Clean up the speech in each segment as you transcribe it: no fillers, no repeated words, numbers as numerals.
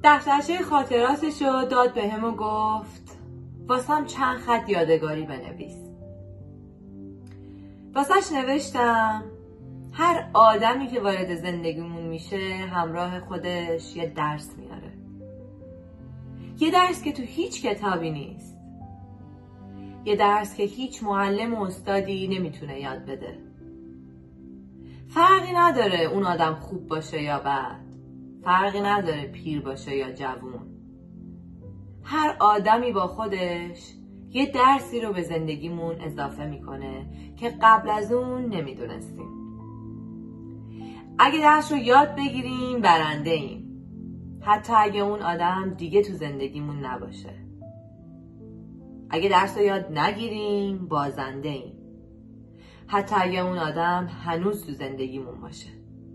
دفترچه خاطراتشو داد بهم و گفت واسم چند خط یادگاری بنویس. واسش نوشتم هر آدمی که وارد زندگیمون میشه همراه خودش یه درس میاره. یه درس که تو هیچ کتابی نیست. یه درس که هیچ معلم و استادی نمیتونه یاد بده. فرقی نداره اون آدم خوب باشه یا بد. فرقی نداره پیر باشه یا جوون. هر آدمی با خودش یه درسی رو به زندگیمون اضافه میکنه که قبل از اون نمیدونستیم. اگه درس رو یاد بگیریم برنده ایم. حتی اگه اون آدم دیگه تو زندگیمون نباشه. اگه درس رو یاد نگیریم بازنده ایم. حتی اگه اون آدم هنوز تو زندگیمون باشه.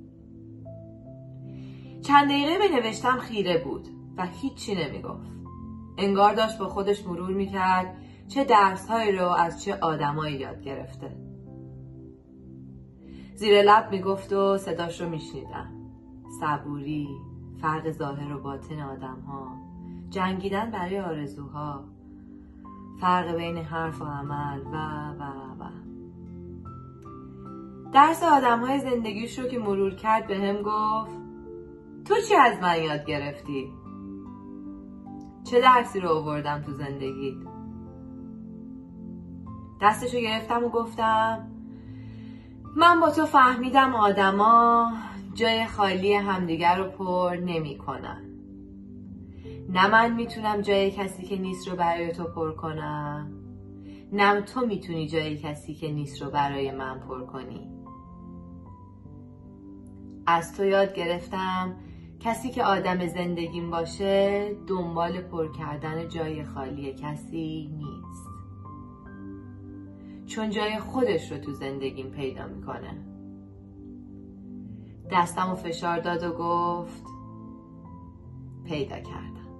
چند دقیقه به نوشتم خیره بود و هیچی نمیگفت. انگار داشت با خودش مرور میکرد چه درسهایی رو از چه آدمایی یاد گرفته. زیر لب میگفت و صداش رو میشنیدم. صبوری، فرق ظاهر و باطن آدم‌ها، جنگیدن برای آرزوها، فرق بین حرف و عمل و درس آدم‌های زندگیش رو که مرور کرد بهم گفت تو چی از من یاد گرفتی؟ چه درسی رو آوردم تو زندگیت؟ دستشو گرفتم و گفتم من با تو فهمیدم آدما جای خالی همدیگر رو پر نمی کنن. نه من میتونم جای کسی که نیست رو برای تو پر کنم، نه تو میتونی جای کسی که نیست رو برای من پر کنی. از تو یاد گرفتم کسی که آدم زندگیم باشه دنبال پر کردن جای خالی کسی نیست، چون جای خودش رو تو زندگیم پیدا میکنه. دستمو فشار داد و گفت پیدا کردم.